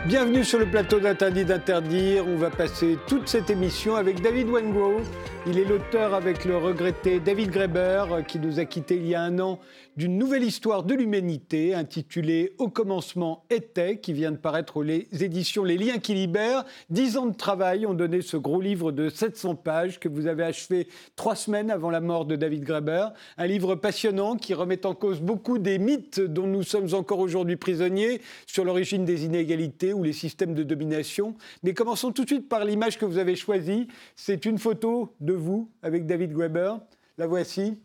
Bienvenue sur le plateau d'Interdit d'Interdire. On va passer toute cette émission avec David Wengrow. Il est l'auteur avec le regretté David Graeber qui nous a quittés il y a un an d'une nouvelle histoire de l'humanité intitulée « Au commencement était » qui vient de paraître aux éditions Les Liens qui libèrent. 10 ans de travail ont donné ce gros livre de 700 pages que vous avez achevé 3 semaines avant la mort de David Graeber. Un livre passionnant qui remet en cause beaucoup des mythes dont nous sommes encore aujourd'hui prisonniers sur l'origine des inégalités ou les systèmes de domination. Mais commençons tout de suite par l'image que vous avez choisie. C'est une photo de vous avec David Graeber. La voici.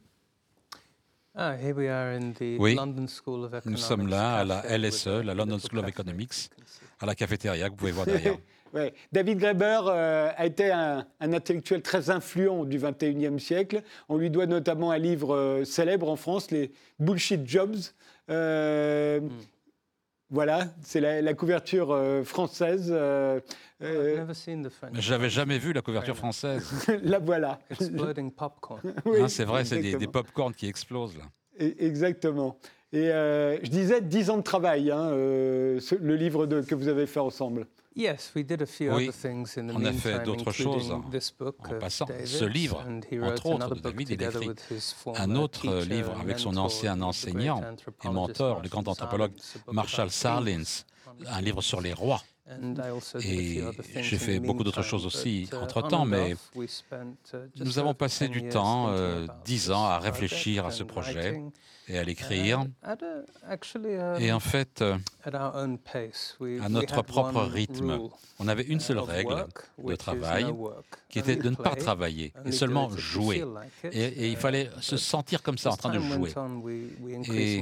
Oui, nous sommes là à la LSE, la London School of Economics, à la cafétéria que vous pouvez voir derrière. Ouais. David Graeber a été un intellectuel très influent du XXIe siècle. On lui doit notamment un livre célèbre en France, les Bullshit Jobs. Voilà, c'est la couverture française. J'avais jamais vu la couverture française. La voilà. Oui, c'est vrai, c'est des pop-corn qui explosent là. Exactement. Et je disais 10 ans de travail, le livre que vous avez fait ensemble. Oui, on a fait d'autres choses en passant. Ce livre, entre autres, de David, il a écrit un autre livre avec son ancien enseignant et mentor, le grand anthropologue Marshall Sahlins, un livre sur les rois. Et j'ai fait beaucoup d'autres choses aussi entre-temps, mais nous avons passé du temps, 10 ans, à réfléchir à ce projet et à l'écrire. Et en fait, à notre propre rythme, on avait une seule règle de travail, qui était de ne pas travailler, et seulement jouer. Et il fallait se sentir comme ça, en train de jouer. Et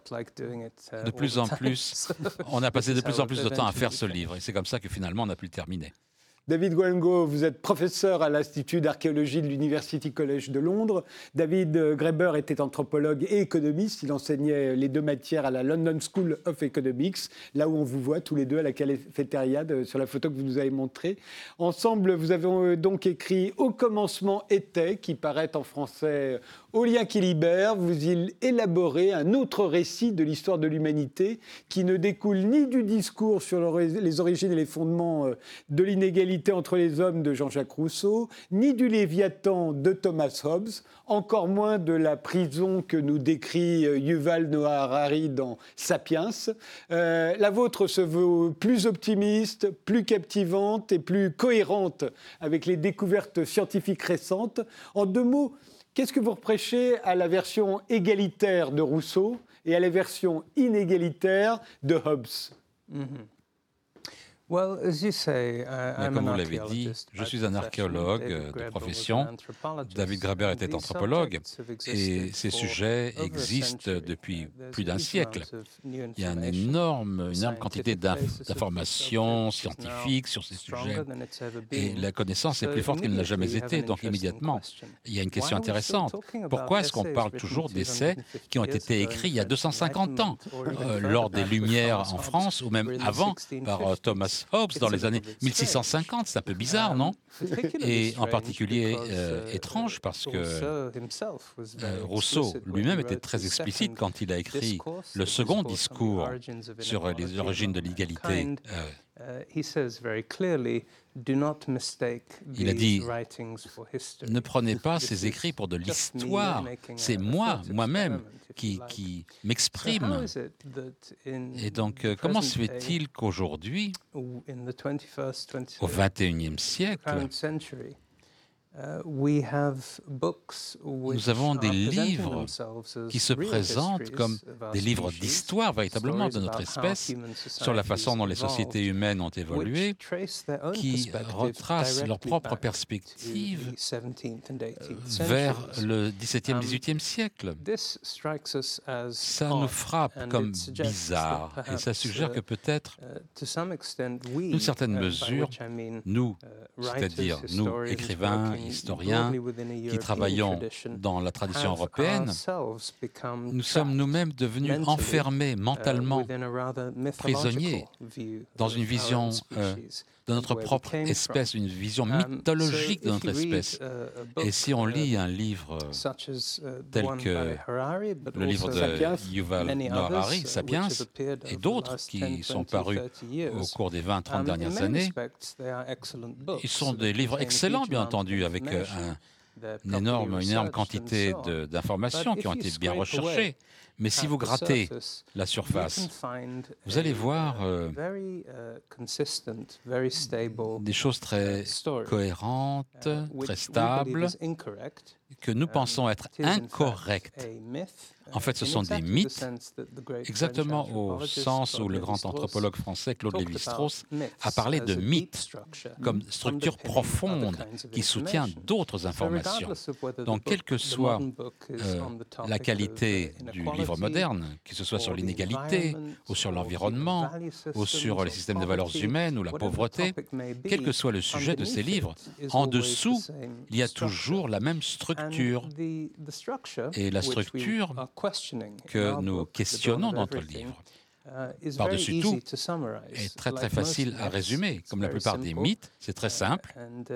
de plus en plus, on a passé de plus en plus de temps à faire ce livre, et c'est comme ça que finalement on a pu le terminer. David Wengrow, vous êtes professeur à l'Institut d'archéologie de l'University College de Londres. David Graeber était anthropologue et économiste. Il enseignait les deux matières à la London School of Economics, là où on vous voit tous les deux à la cafétéria sur la photo que vous nous avez montrée. Ensemble, vous avez donc écrit « Au commencement était », qui paraît en français Aux Liens qui libèrent. Vous y élaborez un autre récit de l'histoire de l'humanité qui ne découle ni du discours sur les origines et les fondements de l'inégalité entre les hommes de Jean-Jacques Rousseau, ni du Léviathan de Thomas Hobbes, encore moins de la prison que nous décrit Yuval Noah Harari dans Sapiens. La vôtre se veut plus optimiste, plus captivante et plus cohérente avec les découvertes scientifiques récentes. En 2 mots, qu'est-ce que vous reprochez à la version égalitaire de Rousseau et à la version inégalitaire de Hobbes ? Mais comme vous l'avez dit, je suis un archéologue de profession. David Graeber était anthropologue et ces sujets existent depuis plus d'1 siècle. Il y a une énorme quantité d'informations scientifiques sur ces sujets et la connaissance est plus forte qu'elle ne l'a jamais été. Donc immédiatement, il y a une question intéressante. Pourquoi est-ce qu'on parle toujours d'essais qui ont été écrits il y a 250 ans, lors des Lumières en France ou même avant par Thomas Hobbes dans les années 1650, c'est un peu bizarre, non ? Et en particulier étrange parce que Rousseau lui-même était très explicite quand il a écrit le second discours sur les origines de l'égalité. Il a dit « Ne prenez pas ces écrits pour de l'histoire, c'est moi-même qui m'exprime. » Et donc, comment se fait-il qu'aujourd'hui, au XXIe siècle, nous avons des livres qui se présentent comme des livres d'histoire véritablement de notre espèce, sur la façon dont les sociétés humaines ont évolué, qui retracent leur propre perspective vers le XVIIe, XVIIIe siècle. Ça nous frappe comme bizarre et ça suggère que peut-être, d'une certaine mesure, nous, c'est-à-dire nous, écrivains, historiens, qui travaillons dans la tradition européenne, nous sommes nous-mêmes devenus enfermés mentalement, prisonniers, dans une vision de notre propre espèce, une vision mythologique de notre espèce. Et si on lit un livre tel que le livre de Yuval Noah Harari, Sapiens, et d'autres qui sont parus au cours des 20-30 dernières années, ils sont des livres excellents, bien entendu, avec une énorme quantité d'informations qui ont été bien recherchées. Mais si vous grattez la surface, vous allez voir des choses très cohérentes, très stables, que nous pensons être incorrectes. En fait, ce sont des mythes, exactement au sens où le grand anthropologue français Claude Lévi-Strauss a parlé de mythes comme structure profonde qui soutient d'autres informations. Donc, quelle que soit la qualité du livre moderne, que ce soit sur l'inégalité, ou sur l'environnement, ou sur les systèmes de valeurs humaines, ou la pauvreté, quel que soit le sujet de ces livres, en dessous, il y a toujours la même structure. Et la structure que nous questionnons dans notre livre, par-dessus tout, est très très facile à résumer. Comme la plupart des mythes, c'est très simple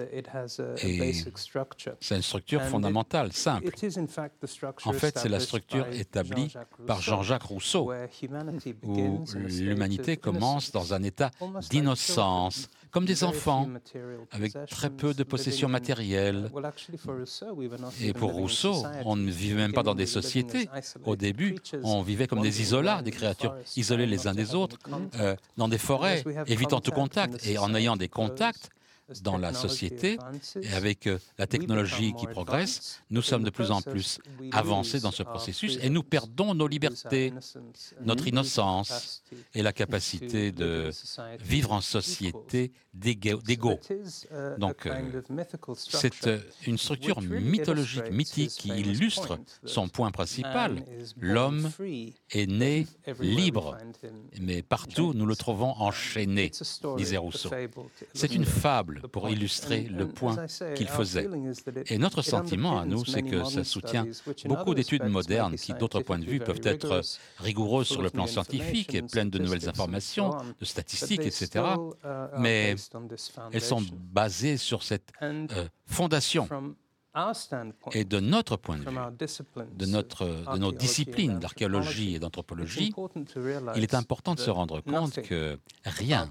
et c'est une structure fondamentale, simple. En fait, c'est la structure établie par Jean-Jacques Rousseau, où l'humanité commence dans un état d'innocence, comme des enfants, avec très peu de possessions matérielles. Et pour Rousseau, on ne vivait même pas dans des sociétés. Au début, on vivait comme des isolats, des créatures isolées les uns des autres, dans des forêts, évitant tout contact. Et en ayant des contacts dans la société, et avec la technologie qui progresse, nous sommes de plus en plus avancés dans ce processus et nous perdons nos libertés, notre innocence et la capacité de vivre en société d'égaux. Donc, c'est une structure mythologique, mythique, qui illustre son point principal. L'homme est né libre, mais partout nous le trouvons enchaîné, disait Rousseau. C'est une fable pour illustrer le point qu'il faisait. Et notre sentiment à nous, c'est que ça soutient beaucoup d'études modernes qui, d'autres points de vue, peuvent être rigoureuses sur le plan scientifique et pleines de nouvelles informations, de statistiques, etc. Mais elles sont basées sur cette fondation. Et de notre point de vue, de nos disciplines d'archéologie et d'anthropologie, il est important de se rendre compte que rien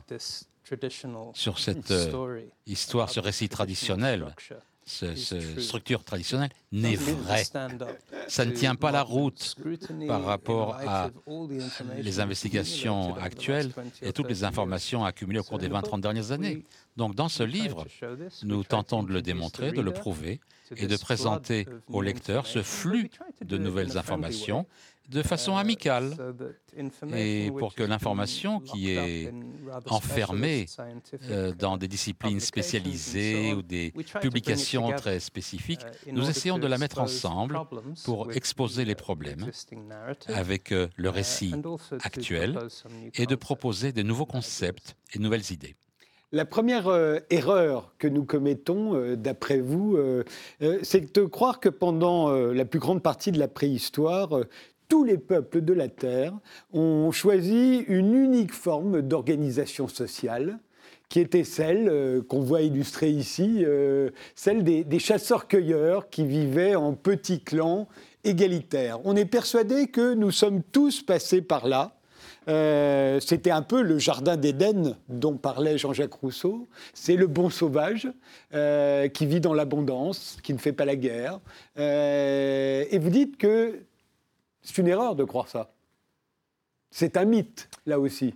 sur cette histoire, ce récit traditionnel, cette structure traditionnelle n'est vrai. Ça ne tient pas la route par rapport à les investigations actuelles et toutes les informations accumulées au cours des 20-30 dernières années. Donc dans ce livre, nous tentons de le démontrer, de le prouver et de présenter au lecteur ce flux de nouvelles informations de façon amicale, et pour que l'information qui est enfermée dans des disciplines spécialisées ou des publications très spécifiques, nous essayons de la mettre ensemble pour exposer les problèmes avec le récit actuel et de proposer de nouveaux concepts et de nouvelles idées. La première erreur que nous commettons, d'après vous, c'est de croire que pendant la plus grande partie de la préhistoire, tous les peuples de la Terre ont choisi une unique forme d'organisation sociale, qui était celle qu'on voit illustrée ici, celle des chasseurs-cueilleurs qui vivaient en petits clans égalitaires. On est persuadé que nous sommes tous passés par là. C'était un peu le jardin d'Éden dont parlait Jean-Jacques Rousseau. C'est le bon sauvage qui vit dans l'abondance, qui ne fait pas la guerre. Et vous dites que c'est une erreur de croire ça. C'est un mythe, là aussi.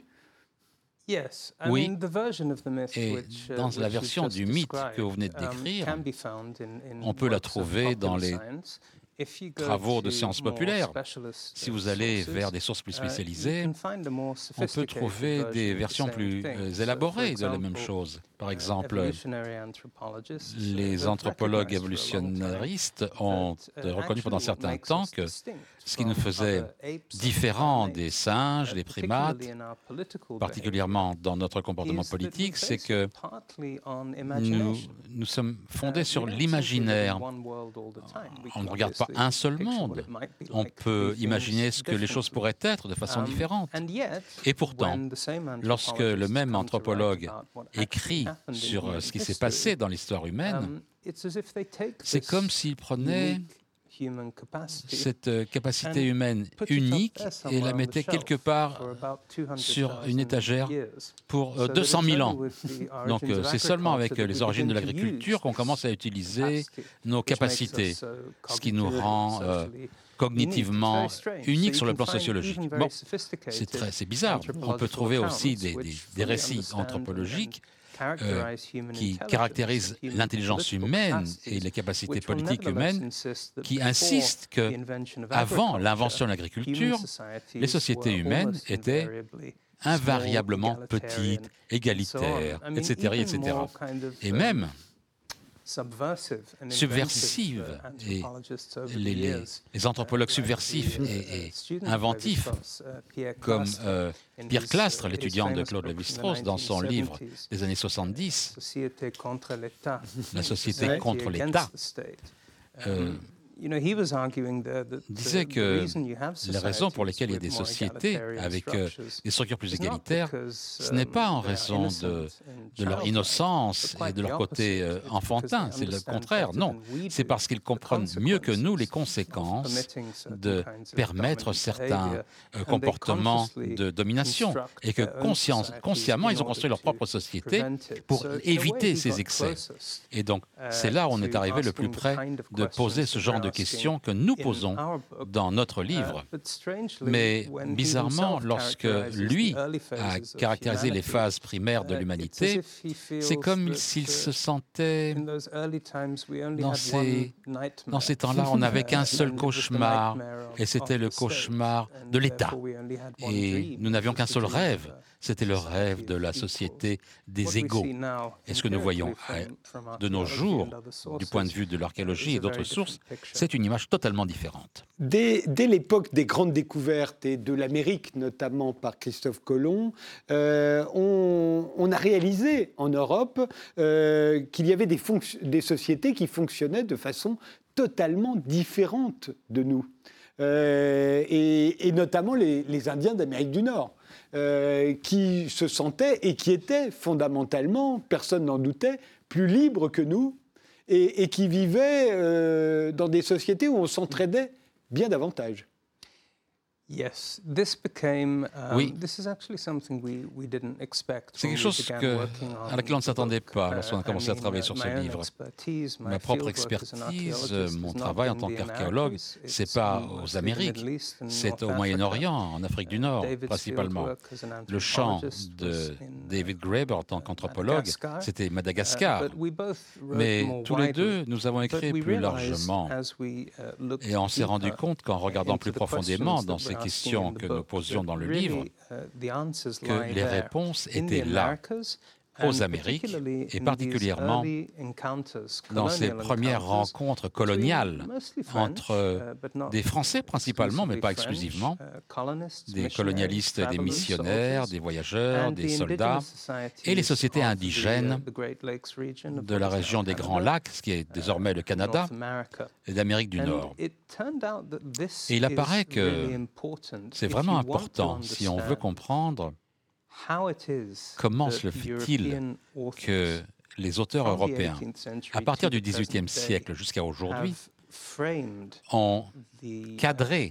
Oui, et dans la version du mythe que vous venez de décrire, on peut la trouver dans les travaux de sciences populaires. Si vous allez vers des sources plus spécialisées, on peut trouver des versions plus élaborées de la même chose. Par exemple, les anthropologues évolutionnaristes ont reconnu pendant un certain temps que ce qui nous faisait différents des singes, des primates, particulièrement dans notre comportement politique, c'est que nous sommes fondés sur l'imaginaire. On ne regarde pas avoir un seul monde. On peut imaginer ce que les choses pourraient être de façon différente. Et pourtant, lorsque le même anthropologue écrit sur ce qui s'est passé dans l'histoire humaine, c'est comme s'il prenait cette capacité humaine unique et la mettait quelque part sur une étagère pour 200 000 ans. Donc c'est seulement avec les origines de l'agriculture qu'on commence à utiliser nos capacités, ce qui nous rend cognitivement uniques sur le plan sociologique. Bon, c'est bizarre. On peut trouver aussi des récits anthropologiques qui caractérise l'intelligence humaine et les capacités politiques humaines, qui insistent qu'avant l'invention de l'agriculture, les sociétés humaines étaient invariablement petites, égalitaires, etc., etc. Et même subversives. Et les anthropologues subversifs et inventifs, comme Pierre Clastres, l'étudiant de Claude Lévi-Strauss, dans son livre des années 70, La société contre l'État, disait que les raisons pour lesquelles il y a des sociétés avec des structures plus égalitaires, ce n'est pas en raison de leur innocence et de leur côté enfantin, c'est le contraire, non. C'est parce qu'ils comprennent mieux que nous les conséquences de permettre certains comportements de domination et que consciemment, ils ont construit leur propre société pour éviter ces excès. Et donc, c'est là où on est arrivé le plus près de poser ce genre de questions que nous posons dans notre livre. Mais bizarrement, lorsque lui a caractérisé les phases primaires de l'humanité, c'est comme s'il se sentait, dans ces temps-là, on n'avait qu'un seul cauchemar, et c'était le cauchemar de l'État. Et nous n'avions qu'un seul rêve, c'était le rêve de la société des égaux. Et ce que nous voyons de nos jours, du point de vue de l'archéologie et d'autres sources, c'est une image totalement différente. Dès l'époque des grandes découvertes et de l'Amérique, notamment par Christophe Colomb, on a réalisé en Europe qu'il y avait des sociétés qui fonctionnaient de façon totalement différente de nous. Et notamment les Indiens d'Amérique du Nord. Qui se sentaient et qui étaient fondamentalement, personne n'en doutait, plus libres que nous et qui vivaient dans des sociétés où on s'entraidait bien davantage. Oui, c'est quelque chose à laquelle on ne s'attendait pas lorsqu'on a commencé à travailler sur ce livre. Ma propre expertise, mon travail en tant qu'archéologue, ce n'est pas aux Amériques, c'est au Moyen-Orient, en Afrique du Nord principalement. Le champ de David Graeber en tant qu'anthropologue, c'était Madagascar. Mais tous les deux, nous avons écrit plus largement. Et on s'est rendu compte qu'en regardant plus profondément dans ces questions que nous posions dans le livre, que les réponses étaient là, aux Amériques, et particulièrement dans ces premières rencontres coloniales entre des Français principalement, mais pas exclusivement, des colonialistes, des missionnaires, des voyageurs, des soldats, et les sociétés indigènes de la région des Grands Lacs, ce qui est désormais le Canada, et d'Amérique du Nord. Et il apparaît que c'est vraiment important si on veut comprendre comment se fait-il que les auteurs européens, à partir du XVIIIe siècle jusqu'à aujourd'hui, ont cadré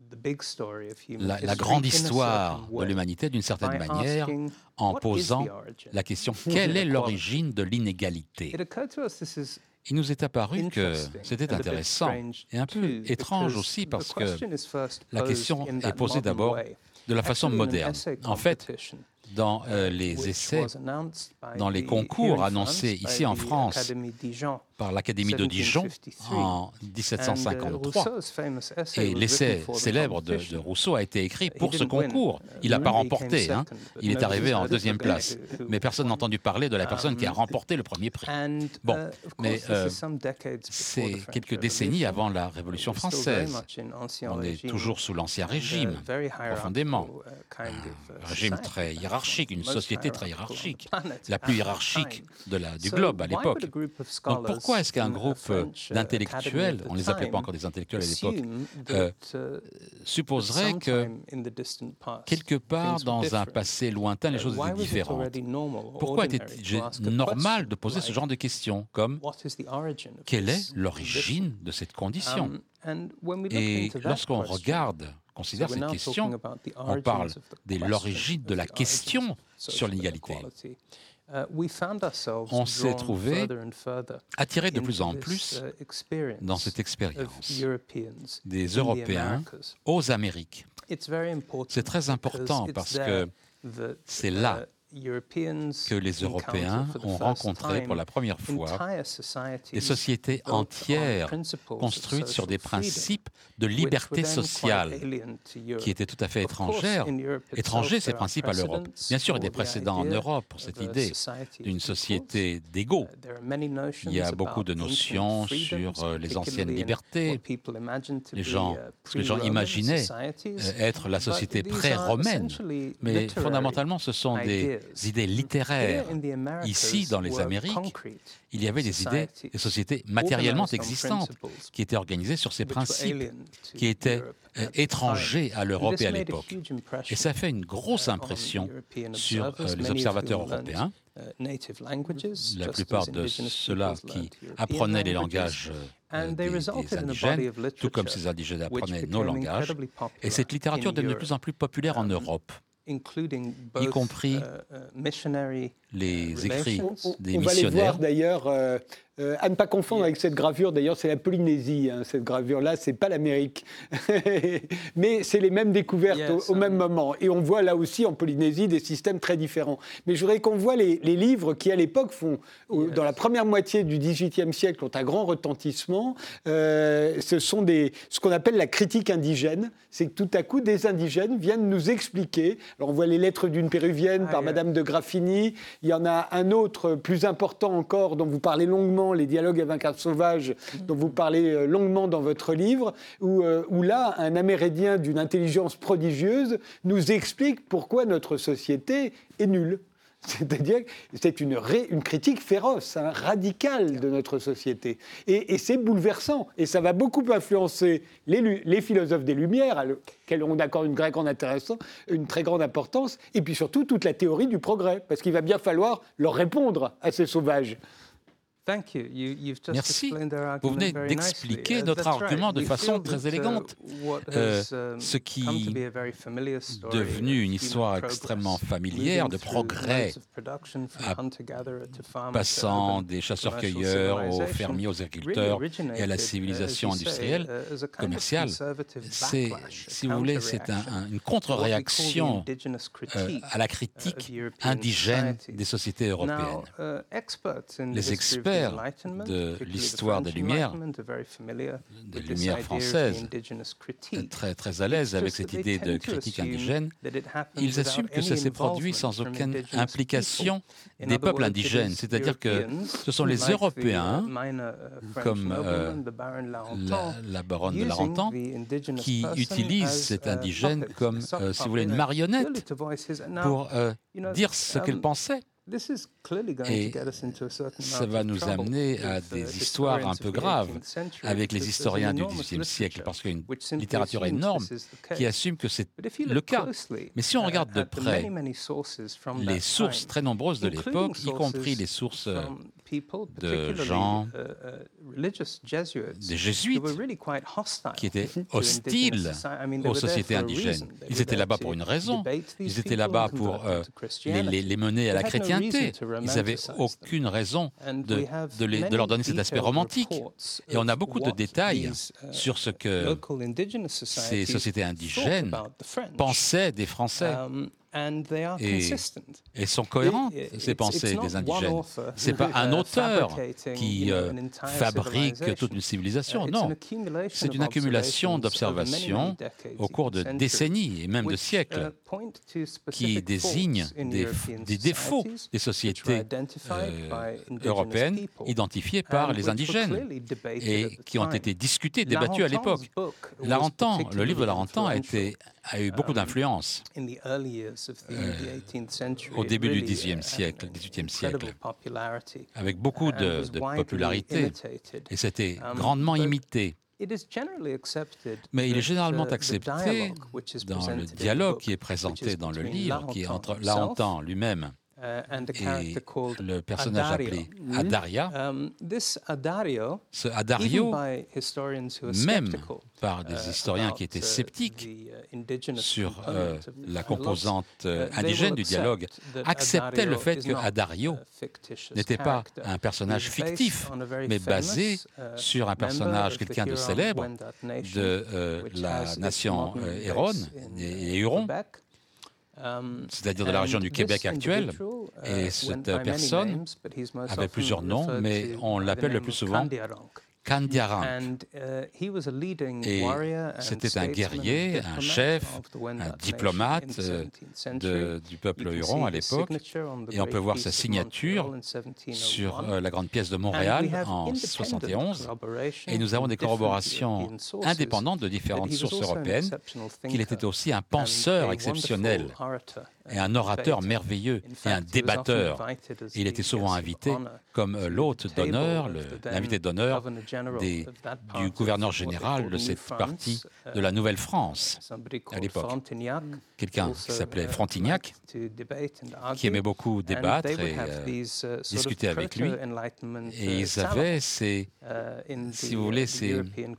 la grande histoire de l'humanité d'une certaine manière en posant la question « Quelle est l'origine de l'inégalité ?» Il nous est apparu que c'était intéressant et un peu étrange aussi parce que la question est posée d'abord de la façon moderne. En fait, dans les essais, dans les concours annoncés ici en France par l'Académie de Dijon en 1753. Et l'essai célèbre de Rousseau a été écrit pour ce concours. Il n'a pas remporté, hein. Il est arrivé en deuxième place. Mais personne n'a entendu parler de la personne qui a remporté le premier prix. Bon, mais c'est quelques décennies avant la Révolution française. On est toujours sous l'Ancien Régime, profondément. Un régime très hiérarchique, une société très hiérarchique, la plus hiérarchique du globe à l'époque. Donc Pourquoi est-ce qu'un groupe d'intellectuels, on ne les appelait pas encore des intellectuels à l'époque, supposerait que quelque part dans un passé lointain, les choses étaient différentes? Pourquoi était-il normal de poser ce genre de questions, comme quelle est l'origine de cette condition? Et lorsqu'on considère cette question, on parle de l'origine de la question sur l'égalité. On s'est trouvé attiré de plus en plus dans cette expérience des Européens aux Amériques. C'est très important parce que c'est là que les Européens ont rencontré pour la première fois des sociétés entières construites sur des principes de liberté sociale qui étaient tout à fait étrangers ces principes à l'Europe. Bien sûr, il y a des précédents en Europe pour cette idée d'une société d'égaux. Il y a beaucoup de notions sur les anciennes libertés. Ce que les gens imaginaient être la société pré-romaine. Mais fondamentalement, ce sont des idées littéraires. Ici, dans les Amériques, il y avait des sociétés matériellement existantes qui étaient organisées sur ces principes, qui étaient étrangers à l'Europe et à l'époque. Et ça fait une grosse impression sur les observateurs européens. La plupart de ceux-là qui apprenaient les langages des indigènes, tout comme ces indigènes apprenaient nos langages. Et cette littérature devient de plus en plus populaire en Europe, y compris les écrits des missionnaires. On va les voir d'ailleurs, à ne pas confondre avec cette gravure, d'ailleurs c'est la Polynésie, cette gravure-là, c'est pas l'Amérique. Mais c'est les mêmes découvertes au même moment. Et on voit là aussi en Polynésie des systèmes très différents. Mais je voudrais qu'on voit les livres qui à l'époque dans la première moitié du XVIIIe siècle, ont un grand retentissement. Ce sont ce qu'on appelle la critique indigène. C'est que tout à coup des indigènes viennent nous expliquer. Alors on voit les lettres d'une péruvienne par Madame de Graffigny. Il y en a un autre plus important encore dont vous parlez longuement, les dialogues avec un sauvage, dont vous parlez longuement dans votre livre, où là, un Amérindien d'une intelligence prodigieuse nous explique pourquoi notre société est nulle. C'est-à-dire que c'est une critique féroce, radicale de notre société. Et c'est bouleversant. Et ça va beaucoup influencer les philosophes des Lumières, auxquels on accorde une très grande importance, et puis surtout toute la théorie du progrès, parce qu'il va bien falloir leur répondre à ces sauvages. Merci. Vous venez d'expliquer notre argument de façon très élégante. Ce qui est devenu une histoire extrêmement familière de progrès, passant des chasseurs-cueilleurs aux fermiers, aux agriculteurs et à la civilisation industrielle, commerciale, c'est, si vous voulez, c'est une contre-réaction à la critique indigène des sociétés européennes. Les experts de l'histoire des Lumières françaises, très, très à l'aise avec cette idée de critique indigène, ils assument que ça s'est produit sans aucune implication des peuples indigènes. C'est-à-dire que ce sont les Européens, comme la baronne de Larentan, qui utilisent cet indigène comme, si vous voulez, une marionnette pour dire ce qu'elle pensait. Et ça va nous amener à des histoires un peu graves avec les historiens du XVIIIe siècle, parce qu'il y a une littérature énorme qui assume que c'est le cas. Mais si on regarde de près les sources très nombreuses de l'époque, y compris les sources de gens, des jésuites, qui étaient hostiles aux sociétés indigènes. Ils étaient là-bas pour une raison. Ils étaient là-bas pour les mener à la chrétienté. Ils n'avaient aucune raison de leur donner cet aspect romantique. Et on a beaucoup de détails sur ce que ces sociétés indigènes pensaient des Français. Et sont cohérentes, ces pensées des indigènes. Ce n'est pas un auteur qui fabrique toute une civilisation, non. C'est une accumulation d'observations au cours de décennies et même de siècles qui désignent des défauts des sociétés européennes identifiés par les indigènes et qui ont été discutés, débattus à l'époque. Larentan, le livre de Larentan a eu beaucoup d'influence. au début du XVIIIe siècle, avec beaucoup de popularité, et c'était grandement imité. Mais il est généralement accepté dans le dialogue qui est présenté dans le livre, qui est entre Laontan lui-même et le personnage appelé Adaria. Ce Adario, même par des historiens qui étaient sceptiques sur la composante indigène du dialogue, acceptait le fait que Adario n'était pas un personnage fictif, mais basé sur un personnage, quelqu'un de célèbre de la nation Héronne et Huron, c'est-à-dire de la région du Québec actuel. Et cette personne avait plusieurs noms, mais on l'appelle le plus souvent Candiarank. Et c'était un guerrier, un chef, un diplomate du peuple Huron à l'époque. Et on peut voir sa signature sur la grande pièce de Montréal en 1971. Et nous avons des corroborations indépendantes de différentes sources européennes qu'il était aussi un penseur exceptionnel et un orateur merveilleux et un débatteur. Il était souvent invité comme l'hôte d'honneur, l'invité d'honneur du gouverneur général de cette partie de la Nouvelle-France à l'époque. Quelqu'un qui s'appelait Frontignac, qui aimait beaucoup débattre et discuter avec lui. Et ils avaient si vous voulez, ces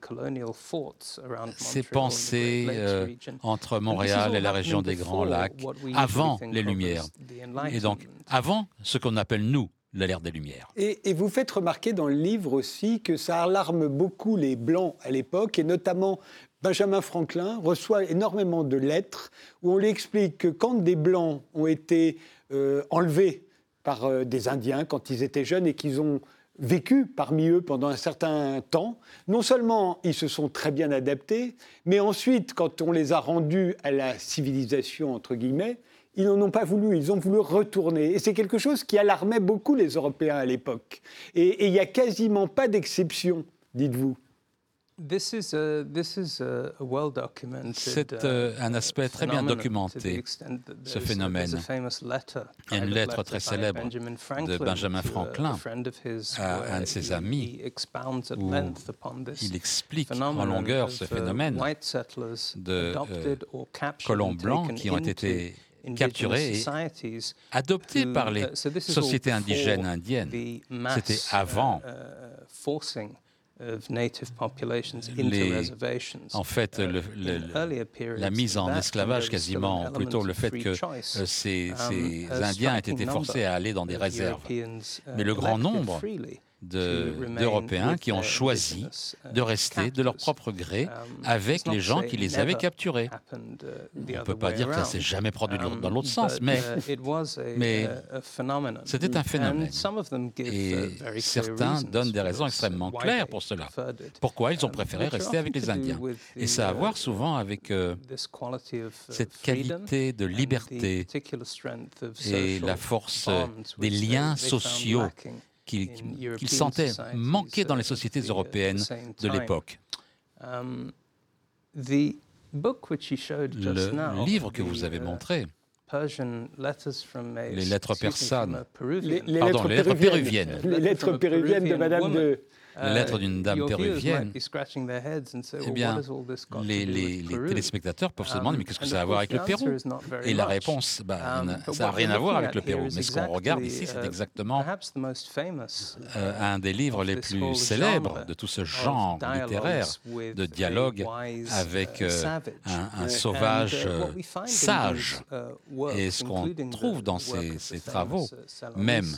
pensées entre Montréal et la région des Grands Lacs, avant les Lumières. Et donc, avant ce qu'on appelle, nous, l'ère des Lumières. Et vous faites remarquer dans le livre aussi que ça alarme beaucoup les Blancs à l'époque, et notamment Benjamin Franklin reçoit énormément de lettres où on lui explique que quand des Blancs ont été enlevés par des Indiens quand ils étaient jeunes et qu'ils ont vécu parmi eux pendant un certain temps, non seulement ils se sont très bien adaptés, mais ensuite, quand on les a rendus à la civilisation, entre guillemets, ils n'en ont pas voulu, ils ont voulu retourner. Et c'est quelque chose qui alarmait beaucoup les Européens à l'époque. Et il n'y a quasiment pas d'exception, dites-vous. C'est un aspect très bien documenté, ce phénomène. Il y a une lettre très célèbre de Benjamin Franklin à un de ses amis où il explique en longueur ce phénomène de colons blancs qui ont été capturés et adoptés par les sociétés indigènes indiennes. C'était avant. En fait, la mise en esclavage quasiment, plutôt le fait que ces Indiens aient été forcés à aller dans des réserves. Mais le grand nombre d'Européens qui ont choisi de rester de leur propre gré avec les gens qui les avaient capturés. On ne peut pas dire que ça ne s'est jamais produit dans l'autre sens, mais c'était un phénomène. Et certains donnent des raisons extrêmement claires pour cela. Pourquoi ils ont préféré rester avec les Indiens. Et ça a à voir souvent avec cette qualité de liberté et la force des liens sociaux qu'ils sentaient manquer dans les sociétés européennes de l'époque. Le livre que vous avez montré, les lettres persanes, les lettres péruviennes. Les lettres péruviennes de Madame de... Les lettres d'une dame péruvienne, eh bien, les téléspectateurs peuvent se demander mais qu'est-ce que ça a à voir avec le Pérou? Et la réponse, ça n'a rien à voir avec le Pérou. Mais ce qu'on regarde ici, c'est exactement un des livres les plus célèbres de tout ce genre littéraire de dialogue avec un sauvage sage. Et ce qu'on trouve dans ces travaux, même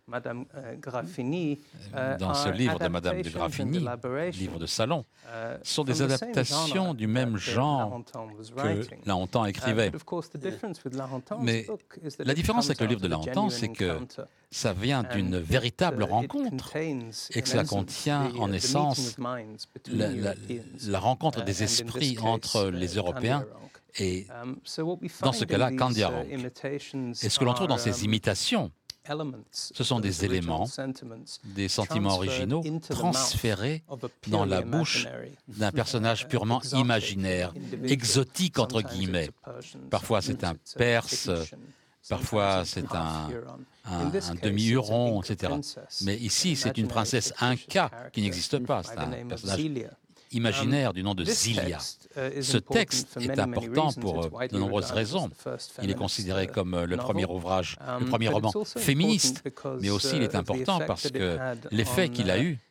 dans ce livre de Madame de Graffigny, livre de salon, sont des adaptations du même genre que Laontan écrivait. Mais la différence avec le livre de Laontan, c'est que ça vient d'une véritable rencontre et que cela contient en essence la rencontre des esprits entre les Européens et, dans ce cas-là, Candiarank. Et ce que l'on trouve dans ces imitations Ce sont des éléments, des sentiments originaux transférés dans la bouche d'un personnage purement imaginaire, exotique entre guillemets. Parfois c'est un Perse, parfois c'est un demi-Huron, etc. Mais ici c'est une princesse Inca qui n'existe pas, c'est un personnage imaginaire du nom de Zilia. Ce texte est important pour de nombreuses raisons. Il est considéré comme le premier roman féministe, mais aussi il est important parce que l'effet qu'il a eu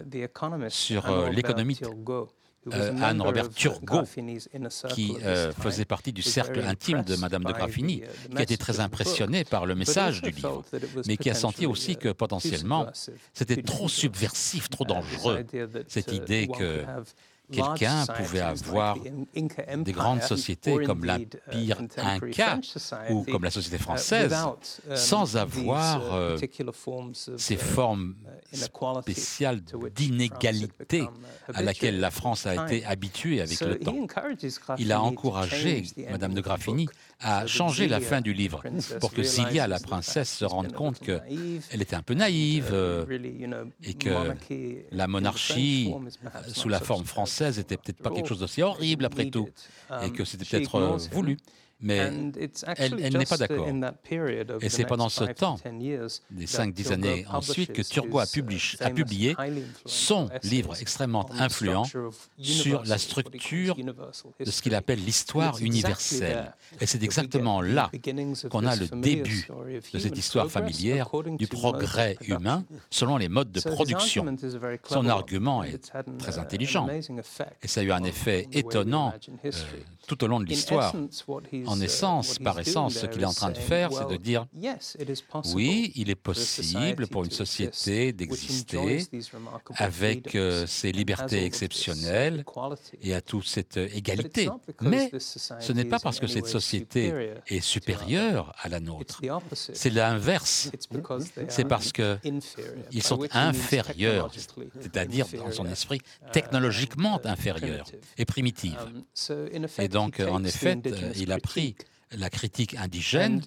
sur l'économie Anne Robert Turgot, qui faisait partie du cercle intime de Madame de Graffigny, qui a été très impressionnée par le message du livre, mais qui a senti aussi que potentiellement c'était trop subversif, trop dangereux, cette idée que quelqu'un pouvait avoir des grandes sociétés comme l'Empire Inca ou comme la société française sans avoir ces formes spéciales d'inégalité à laquelle la France a été habituée avec le temps. Il a encouragé Madame de Graffigny à changer la fin du livre pour que Zilia, la princesse, se rende compte qu'elle était un peu naïve et que la monarchie, sous la forme française, n'était peut-être pas quelque chose d'aussi horrible après tout et que c'était peut-être voulu. Mais elle n'est pas d'accord. Et c'est pendant ce temps, des 5-10 années ensuite, que Turgot a publié son livre extrêmement influent sur la structure de ce qu'il appelle l'histoire universelle. Et c'est exactement là qu'on a le début de cette histoire familière du progrès humain selon les modes de production. Son argument est très intelligent et ça a eu un effet étonnant tout au long de l'histoire. En essence, par essence, ce qu'il est en train de faire, c'est de dire oui, il est possible pour une société d'exister avec ces libertés exceptionnelles et à toute cette égalité. Mais ce n'est pas parce que cette société est supérieure à la nôtre. C'est l'inverse. C'est parce qu'ils sont inférieurs, c'est-à-dire dans son esprit technologiquement inférieurs et primitifs. Et donc, en effet, il a pris la critique indigène,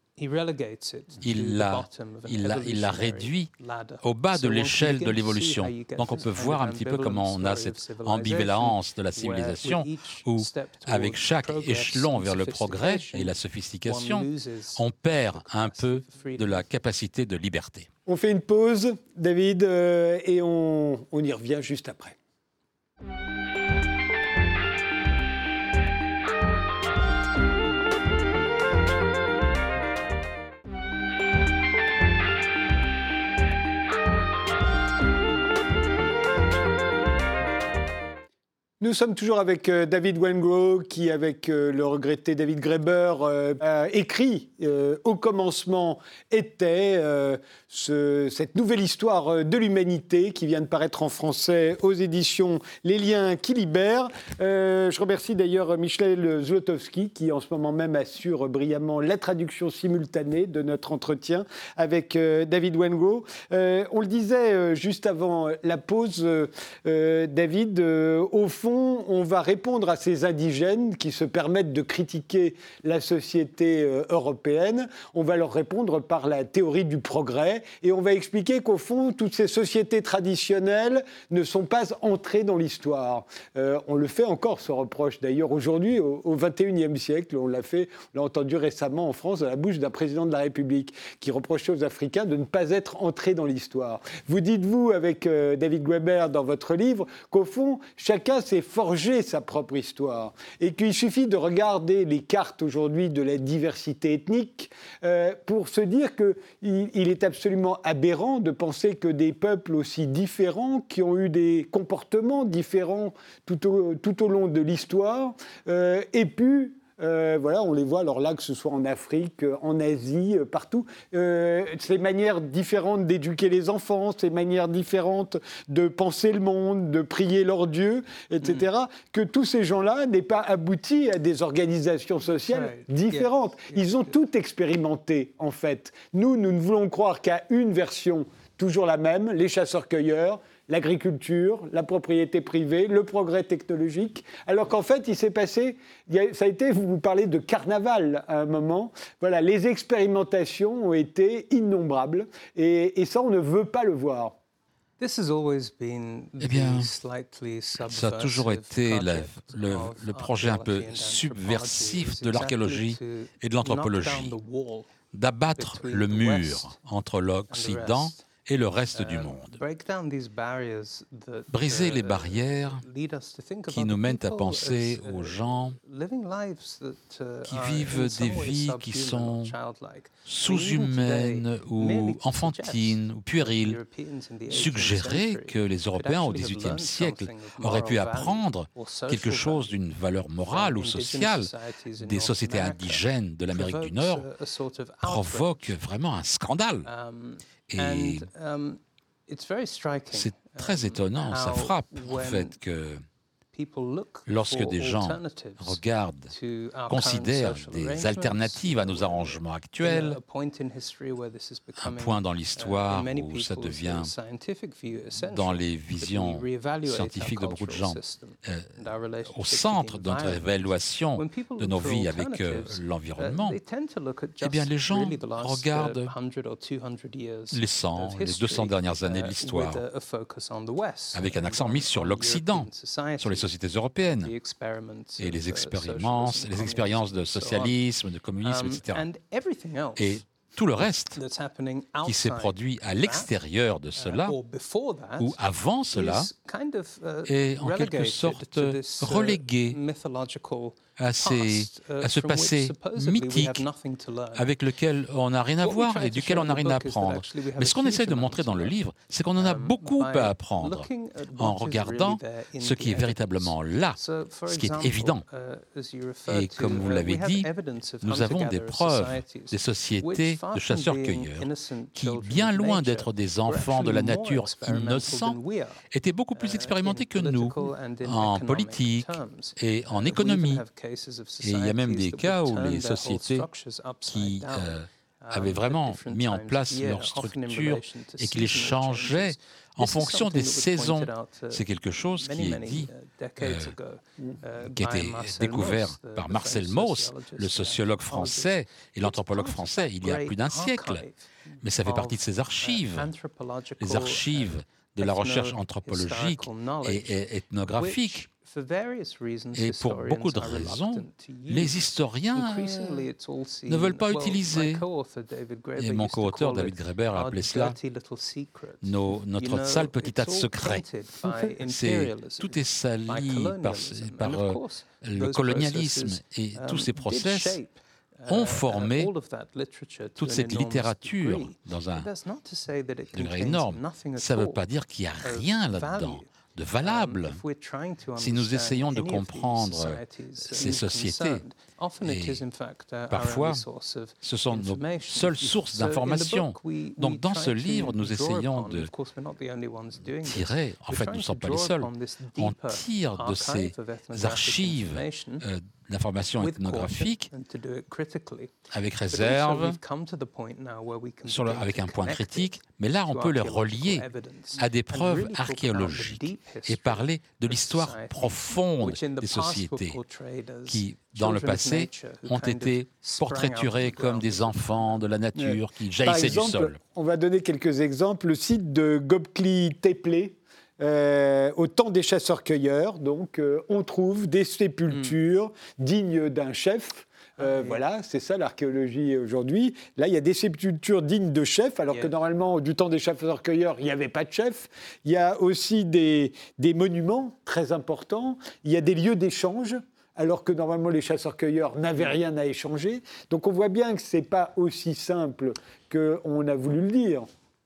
il l'a réduit au bas de l'échelle de l'évolution. Donc on peut voir un petit peu comment on a cette ambivalence de la civilisation où, avec chaque échelon vers le progrès et la sophistication, on perd un peu de la capacité de liberté. On fait une pause, David, et on y revient juste après. Nous sommes toujours avec David Wengrow qui, avec le regretté David Graeber, a écrit au commencement était cette nouvelle histoire de l'humanité qui vient de paraître en français aux éditions Les Liens qui libèrent. Je remercie d'ailleurs Michel Zlotowski qui en ce moment même assure brillamment la traduction simultanée de notre entretien avec David Wengrow. On le disait juste avant la pause, David, au fond, on va répondre à ces indigènes qui se permettent de critiquer la société européenne. On va leur répondre par la théorie du progrès et on va expliquer qu'au fond, toutes ces sociétés traditionnelles ne sont pas entrées dans l'histoire. On le fait encore, ce reproche d'ailleurs aujourd'hui, au XXIe siècle. On l'a entendu récemment en France de la bouche d'un président de la République qui reprochait aux Africains de ne pas être entrés dans l'histoire. Vous dites-vous, avec David Graeber dans votre livre, qu'au fond, chacun s'est forger sa propre histoire et qu'il suffit de regarder les cartes aujourd'hui de la diversité ethnique pour se dire qu'il est absolument aberrant de penser que des peuples aussi différents qui ont eu des comportements différents tout au long de l'histoire aient pu on les voit, alors là, que ce soit en Afrique, en Asie, partout, ces manières différentes d'éduquer les enfants, ces manières différentes de penser le monde, de prier leur Dieu, etc., que tous ces gens-là n'aient pas abouti à des organisations sociales différentes. Ils ont tout expérimenté, en fait. Nous ne voulons croire qu'à une version, toujours la même, les chasseurs-cueilleurs, l'agriculture, la propriété privée, le progrès technologique, alors qu'en fait, il s'est passé, ça a été, vous parlez de carnaval à un moment, voilà, les expérimentations ont été innombrables, et ça, on ne veut pas le voir. Eh bien, ça a toujours été le projet un peu subversif de l'archéologie et de l'anthropologie, d'abattre le mur entre l'Occident et le reste du monde. Briser les barrières qui nous mènent à penser aux gens qui vivent des vies qui sont sous-humaines ou enfantines ou puériles. Suggérer que les Européens au XVIIIe siècle auraient pu apprendre quelque chose d'une valeur morale ou sociale des sociétés indigènes de l'Amérique du Nord provoque vraiment un scandale. Et c'est très étonnant, ça frappe en fait que lorsque des gens regardent, considèrent des alternatives à nos arrangements actuels, un point dans l'histoire où ça devient, dans les visions scientifiques de beaucoup de gens, au centre de notre évaluation de nos vies avec l'environnement, eh bien les gens regardent les 100, les 200 dernières années de l'histoire, avec un accent mis sur l'Occident, sur les sociétés européennes et les expériences de socialisme, de communisme, etc. Et tout le reste qui s'est produit à l'extérieur de cela ou avant cela est en quelque sorte relégué à ce passé mythique avec lequel on n'a rien à voir et duquel on n'a rien à apprendre. Mais ce qu'on essaie de montrer dans le livre, c'est qu'on en a beaucoup à apprendre en regardant ce qui est véritablement là, ce qui est évident. Et comme vous l'avez dit, nous avons des preuves des sociétés de chasseurs-cueilleurs qui, bien loin d'être des enfants de la nature innocents, étaient beaucoup plus expérimentés que nous en politique et en économie. Et il y a même des cas où les sociétés qui avaient vraiment mis en place leur structure et qui les changeaient en fonction des saisons. C'est quelque chose qui est dit, qui a été découvert par Marcel Mauss, le sociologue français et l'anthropologue français, il y a plus d'un siècle. Mais ça fait partie de ces archives, les archives de la recherche anthropologique et ethnographique. Et pour beaucoup de raisons, les historiens ne veulent pas utiliser. Et mon co-auteur David Graeber a appelé cela notre sale petit tas de secrets. Tout est sali par le colonialisme et tous ces process ont formé toute cette littérature dans un degré énorme. Ça ne veut pas dire qu'il n'y a rien là-dedans de valable. Si nous essayons de comprendre ces sociétés, et parfois ce sont nos seules sources d'information. Donc dans ce livre, nous essayons de tirer, en fait nous ne sommes pas les seuls, on tire de ces archives d'informations ethnographiques avec réserve, avec un point critique, mais là on peut les relier à des preuves archéologiques et parler de l'histoire profonde des sociétés qui, dans le passé, ont été portraiturés comme des enfants de la nature qui jaillissaient du sol. On va donner quelques exemples. Le site de Göbekli Tepe, au temps des chasseurs-cueilleurs, donc on trouve des sépultures dignes d'un chef. Voilà, c'est ça l'archéologie aujourd'hui. Là, il y a des sépultures dignes de chefs, alors que normalement, du temps des chasseurs-cueilleurs, il n'y avait pas de chef. Il y a aussi des monuments très importants. Il y a des lieux d'échange, alors que normalement, les chasseurs-cueilleurs n'avaient rien à échanger. Donc on voit bien que ce n'est pas aussi simple qu'on a voulu le dire.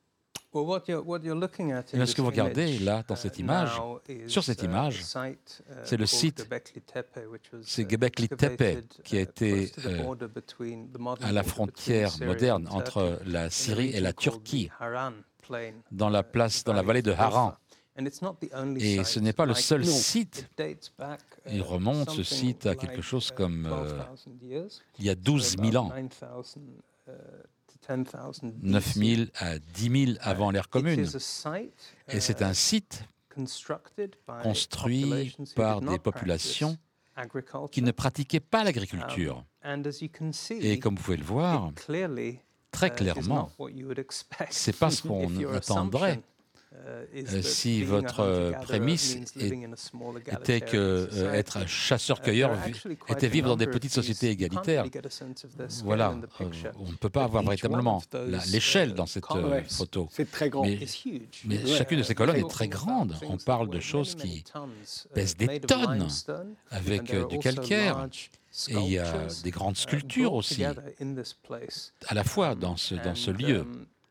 Et ce que vous regardez là, dans cette image, sur cette image, c'est le site, c'est Göbekli Tepe, qui a été à la frontière moderne entre la Syrie et la Turquie, dans la vallée de Haran. Et ce n'est pas le seul site. Il remonte ce site à quelque chose comme il y a 12 000 ans. 9 000 à 10 000 avant l'ère commune. Et c'est un site construit par des populations qui ne pratiquaient pas l'agriculture. Et comme vous pouvez le voir, très clairement, ce n'est pas ce qu'on attendrait. Si votre prémisse était que être chasseur-cueilleur était vivre dans des petites sociétés égalitaires, voilà, on ne peut pas avoir véritablement l'échelle dans cette photo. C'est très grand. Mais chacune de ces colonnes est très grande. On parle de choses qui pèsent des tonnes, avec du calcaire. Et il y a des grandes sculptures aussi, à la fois dans ce lieu.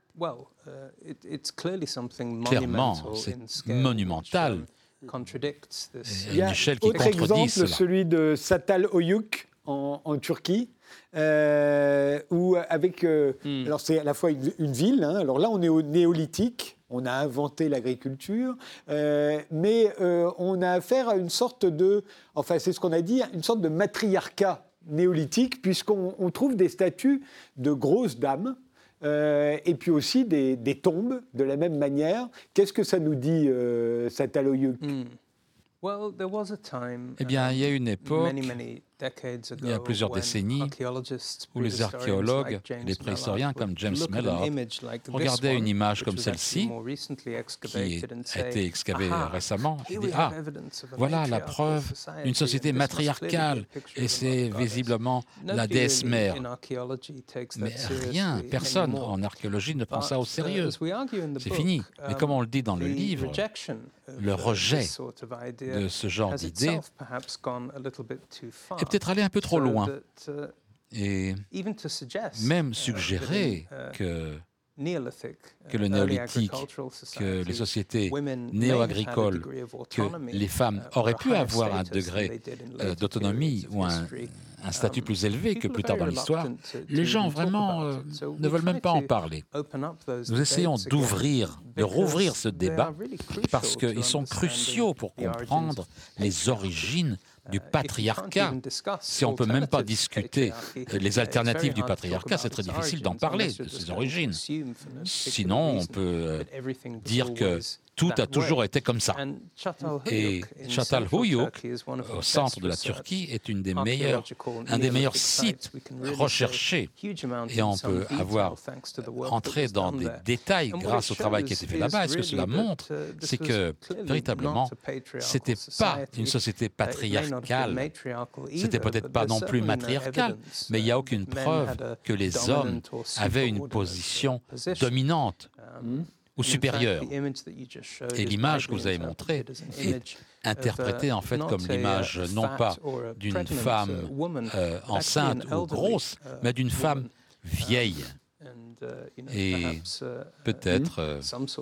Clairement, c'est monumental. Il y a autre exemple, celui de Çatalhöyük en Turquie, où avec... Alors c'est à la fois une ville, hein, alors là on est au néolithique, on a inventé l'agriculture, mais on a affaire à une sorte de... Enfin c'est ce qu'on a dit, une sorte de matriarcat néolithique, puisqu'on trouve des statues de grosses dames, et puis aussi des tombes de la même manière. Qu'est-ce que ça nous dit, Çatalhöyük ? Eh bien, il y a une époque, il y a plusieurs décennies, où les archéologues et les préhistoriens comme James Mellor regardaient une image comme celle-ci, qui a été excavée récemment, et disaient « Ah, voilà la preuve d'une société matriarcale, et c'est visiblement la déesse mère. » Mais rien, personne en archéologie ne prend ça au sérieux. C'est fini. Mais comme on le dit dans le livre, le rejet de ce genre d'idée est peut-être allé un peu trop loin. Et même suggérer que le néolithique, que les sociétés néo-agricoles, que les femmes auraient pu avoir un degré d'autonomie ou un statut plus élevé que plus tard dans l'histoire, les gens vraiment ne veulent même pas en parler. Nous essayons de rouvrir ce débat parce qu'ils sont cruciaux pour comprendre les origines du patriarcat. Si on ne peut même pas discuter les alternatives du patriarcat, c'est très difficile d'en parler, de ses origines. Sinon, on peut dire que tout a toujours été comme ça. Et Çatalhöyük, au centre de la Turquie, est un des meilleurs sites recherchés. Et on peut entrer dans des détails grâce au travail qui a été fait là-bas. Et ce que cela montre, c'est que, véritablement, ce n'était pas une société patriarcale. Ce n'était peut-être pas non plus matriarcal, mais il n'y a aucune preuve que les hommes avaient une position dominante ou supérieure. Et l'image que vous avez montrée est interprétée en fait comme l'image non pas d'une femme enceinte ou grosse, mais d'une femme vieille. Et peut-être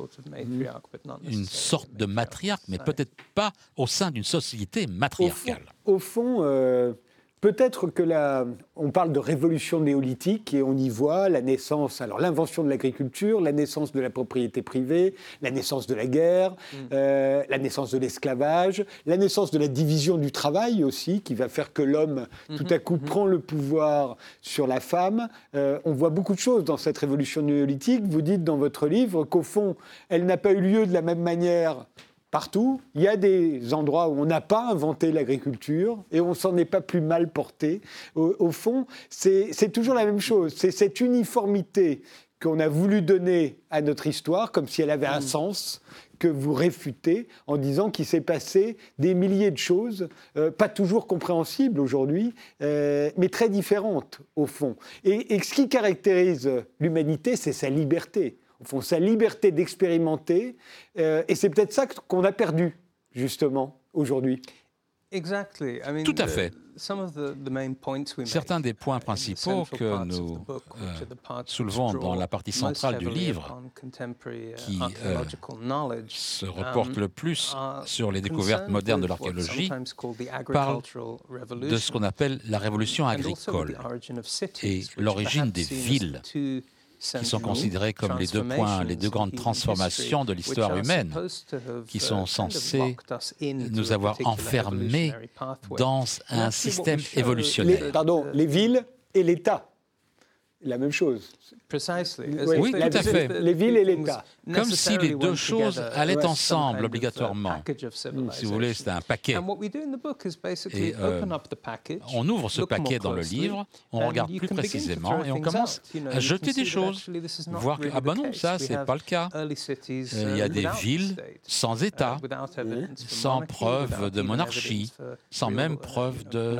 une sorte de matriarque, mais peut-être pas au sein d'une société matriarcale. Au fond, peut-être que on parle de révolution néolithique et on y voit la naissance, alors l'invention de l'agriculture, la naissance de la propriété privée, la naissance de la guerre, la naissance de l'esclavage, la naissance de la division du travail aussi, qui va faire que l'homme, tout à coup, prend le pouvoir sur la femme. On voit beaucoup de choses dans cette révolution néolithique. Vous dites dans votre livre qu'au fond, elle n'a pas eu lieu de la même manière partout. Il y a des endroits où on n'a pas inventé l'agriculture et on s'en est pas plus mal porté. Au fond, c'est toujours la même chose. C'est cette uniformité qu'on a voulu donner à notre histoire, comme si elle avait un sens, que vous réfutez en disant qu'il s'est passé des milliers de choses, pas toujours compréhensibles aujourd'hui, mais très différentes au fond. Et ce qui caractérise l'humanité, c'est sa liberté. Au fond, sa liberté d'expérimenter, et c'est peut-être ça qu'on a perdu, justement, aujourd'hui. Tout à fait. Certains des points principaux que nous soulevons dans la partie centrale du livre, qui se reporte le plus sur les découvertes modernes de l'archéologie, parlent de ce qu'on appelle la révolution agricole et l'origine des villes, qui sont considérés comme les deux grandes transformations de l'histoire humaine, qui sont censées nous avoir enfermés dans un système évolutionnaire. Les villes et l'État. la même chose. Oui, tout à fait. Les villes et l'État. Comme si les deux choses allaient ensemble, obligatoirement. Si vous voulez, c'est un paquet. Et on ouvre ce paquet dans le livre, on regarde plus précisément et on commence à jeter des choses, voir que, ah ben non, ça, c'est pas le cas. Il y a des villes sans État, sans preuve de monarchie, sans même preuve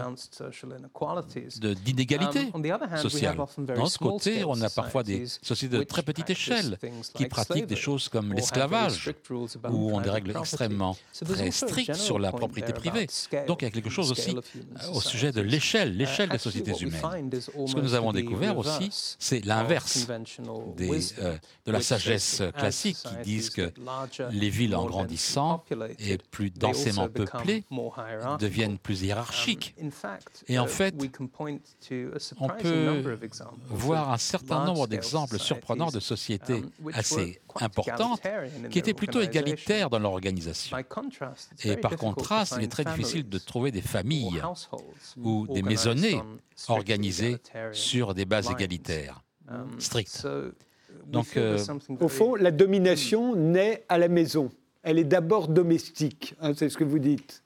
d'inégalité sociale. D'un autre côté, on a parfois des sociétés de très petite échelle qui pratiquent des choses comme l'esclavage, où on a des règles extrêmement très strictes sur la propriété privée. Donc il y a quelque chose aussi au sujet de l'échelle des sociétés humaines. Ce que nous avons découvert aussi, c'est l'inverse de la sagesse classique qui disent que les villes en grandissant et plus densément peuplées deviennent plus hiérarchiques. Et en fait, on peut voir un certain nombre d'exemples surprenants de sociétés assez importantes qui étaient plutôt égalitaires dans leur organisation. Et par contraste, il est très difficile de trouver des familles ou des maisonnées organisées sur des bases égalitaires strictes. Donc, au fond, la domination naît à la maison. Elle est d'abord domestique, hein, c'est ce que vous dites.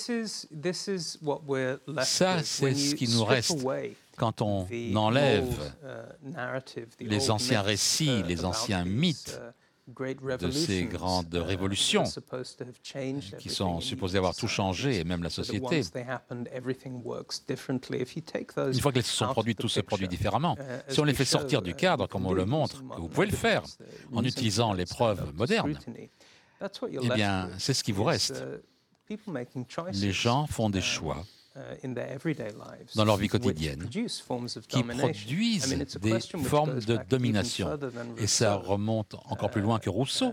Ça, c'est ce qui nous reste quand on enlève les anciens récits, les anciens mythes de ces grandes révolutions qui sont supposées avoir tout changé, et même la société. Une fois qu'elles se sont produites, tout se produit différemment. Si on les fait sortir du cadre, comme on le montre, vous pouvez le faire en utilisant les preuves modernes, eh bien, c'est ce qui vous reste. Les gens font des choix dans leur vie quotidienne qui produisent des formes de domination. Et ça remonte encore plus loin que Rousseau.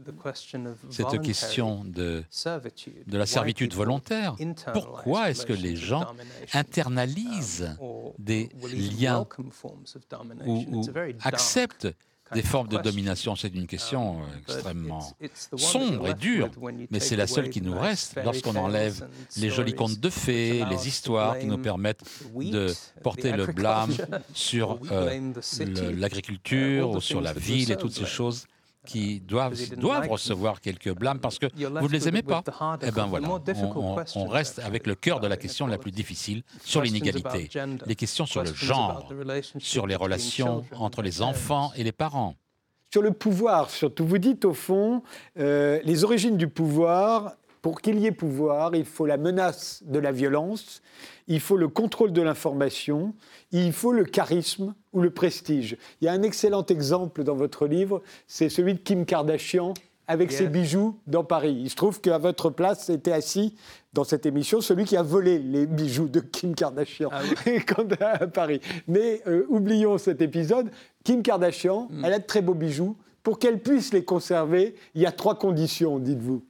Cette question de la servitude volontaire. Pourquoi est-ce que les gens internalisent des liens ou acceptent des formes de domination? C'est une question extrêmement sombre et dure, mais c'est la seule qui nous reste lorsqu'on enlève les jolis contes de fées, les histoires qui nous permettent de porter le blâme sur l'agriculture ou sur la ville et toutes ces choses qui doivent recevoir quelques blâmes parce que vous ne les aimez pas. Eh bien voilà, on reste avec le cœur de la question la plus difficile sur l'inégalité, les questions sur le genre, sur les relations entre les enfants et les parents. Sur le pouvoir, surtout, vous dites au fond, les origines du pouvoir, pour qu'il y ait pouvoir, il faut la menace de la violence, il faut le contrôle de l'information, il faut le charisme ou le prestige. Il y a un excellent exemple dans votre livre, c'est celui de Kim Kardashian avec ses bijoux dans Paris. Il se trouve qu'à votre place était assis dans cette émission celui qui a volé les bijoux de Kim Kardashian à Paris. Mais oublions cet épisode. Kim Kardashian, elle a de très beaux bijoux. Pour qu'elle puisse les conserver, il y a 3 conditions, dites-vous.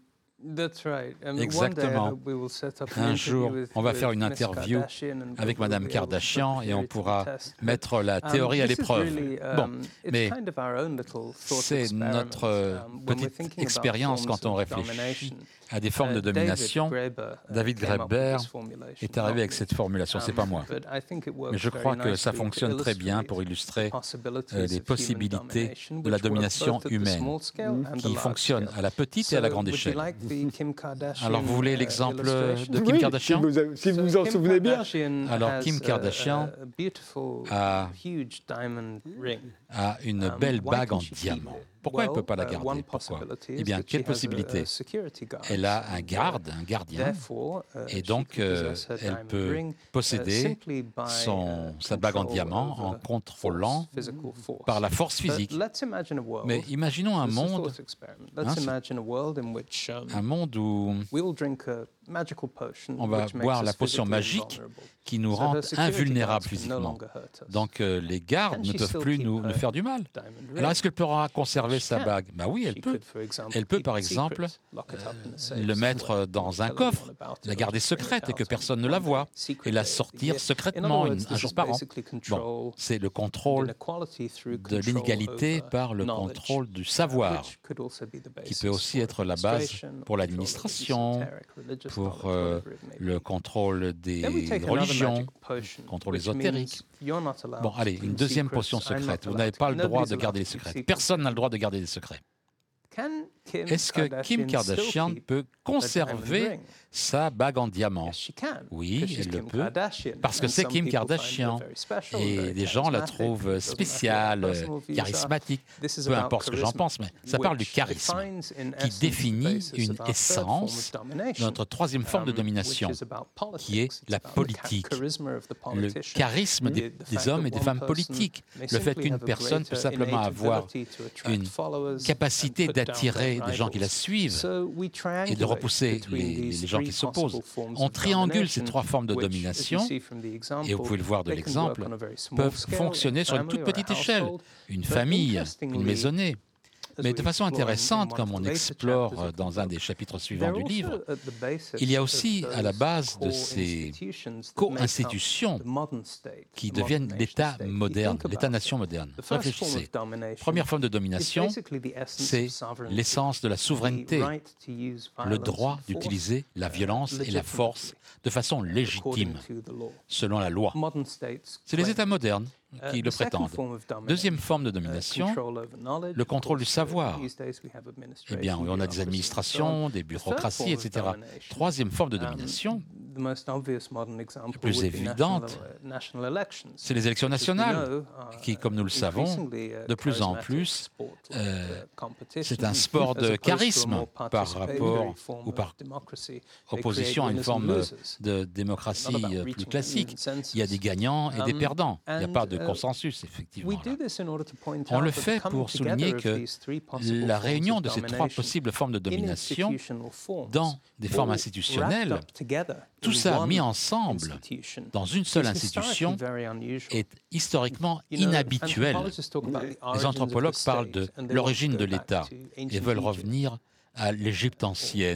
Exactement. Un jour, on va faire une interview avec Madame Kardashian et on pourra mettre la théorie à l'épreuve. Bon, mais c'est notre petite expérience quand on réfléchit à des formes de domination. David Graeber est arrivé avec cette formulation, c'est pas moi. Mais je crois que ça fonctionne très bien pour illustrer les possibilités de la domination humaine qui fonctionne à la petite et à la grande échelle. Alors, vous voulez l'exemple de Kim Kardashian ? Si vous vous en souvenez bien. Alors, Kim Kardashian a une belle bague en diamant. Pourquoi elle ne peut pas la garder ? Pourquoi ? Eh bien, quelle possibilité ? Elle a un gardien, et donc elle peut posséder sa bague en diamant en contrôlant par la force physique. Mais imaginons un monde où on va boire la potion magique qui nous rend invulnérables physiquement. Donc les gardes ne peuvent plus nous faire du mal. Alors est-ce qu'elle pourra conserver sa bague ? Ben oui, elle peut. Elle peut par exemple le mettre dans un coffre, la garder secrète et que personne ne la voie, et la sortir secrètement un jour par an. Bon, c'est le contrôle de l'inégalité par le contrôle du savoir, qui peut aussi être la base pour l'administration, pour le contrôle des religions, contrôle ésotérique. Bon, allez, une deuxième potion secrète. Vous n'avez pas le droit de garder les secrets. Personne n'a le droit de garder les secrets. Est-ce que Kim Kardashian peut conserver sa bague en diamant? Oui, elle le peut, parce que c'est Kim Kardashian. Et les gens la trouvent spéciale, charismatique, peu importe ce que j'en pense, mais ça parle du charisme, qui définit une essence de notre troisième forme de domination, qui est la politique. Le charisme des hommes et des femmes politiques. Le fait qu'une personne peut simplement avoir une capacité d'attirer des gens qui la suivent et de repousser les gens qui s'opposent. On triangule ces trois formes de domination, et vous pouvez le voir de l'exemple, peuvent fonctionner sur une toute petite échelle, une famille, une maisonnée. Mais de façon intéressante, comme on explore dans un des chapitres suivants du livre, il y a aussi à la base de ces co-institutions qui deviennent l'État moderne, l'État-nation moderne. Réfléchissez. Première forme de domination, c'est l'essence de la souveraineté, le droit d'utiliser la violence et la force de façon légitime, selon la loi. C'est les États modernes qui le prétendent. Deuxième forme de domination, le contrôle du savoir. Eh bien, on a des administrations, des bureaucraties, etc. Troisième forme de domination, la plus évidente, c'est les élections nationales, qui, comme nous le savons, de plus en plus, c'est un sport de charisme par rapport ou par opposition à une forme de démocratie plus classique. Il y a des gagnants et des perdants. Il n'y a pas de consensus, effectivement. On le fait pour souligner que la réunion de ces trois possibles formes de domination dans des formes institutionnelles, tout ça mis ensemble dans une seule institution est historiquement inhabituel. Les anthropologues parlent de l'origine de l'État et veulent revenir à l'Égypte ancienne,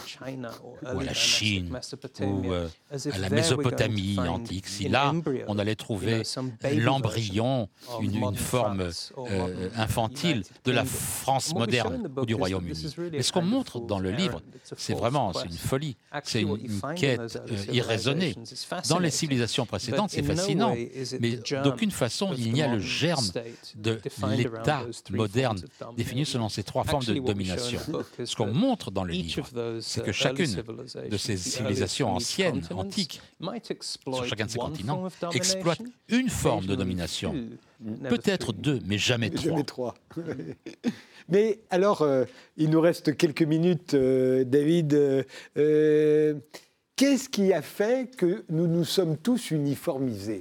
ou à la Chine, ou à la Mésopotamie antique. Si là, on allait trouver l'embryon, une forme infantile de la France moderne ou du Royaume-Uni. Mais ce qu'on montre dans le livre, c'est une folie, c'est une quête irraisonnée. Dans les civilisations précédentes, c'est fascinant, mais d'aucune façon, il n'y a le germe de l'État moderne défini selon ces trois formes de domination. Ce qu'on montre dans le livre, c'est que chacune de ces civilisations anciennes, antiques, sur chacun de ces continents, exploite une forme de domination. Peut-être deux, mais jamais trois. Jamais trois. Mais alors, il nous reste quelques minutes, David. Qu'est-ce qui a fait que nous nous sommes tous uniformisés ?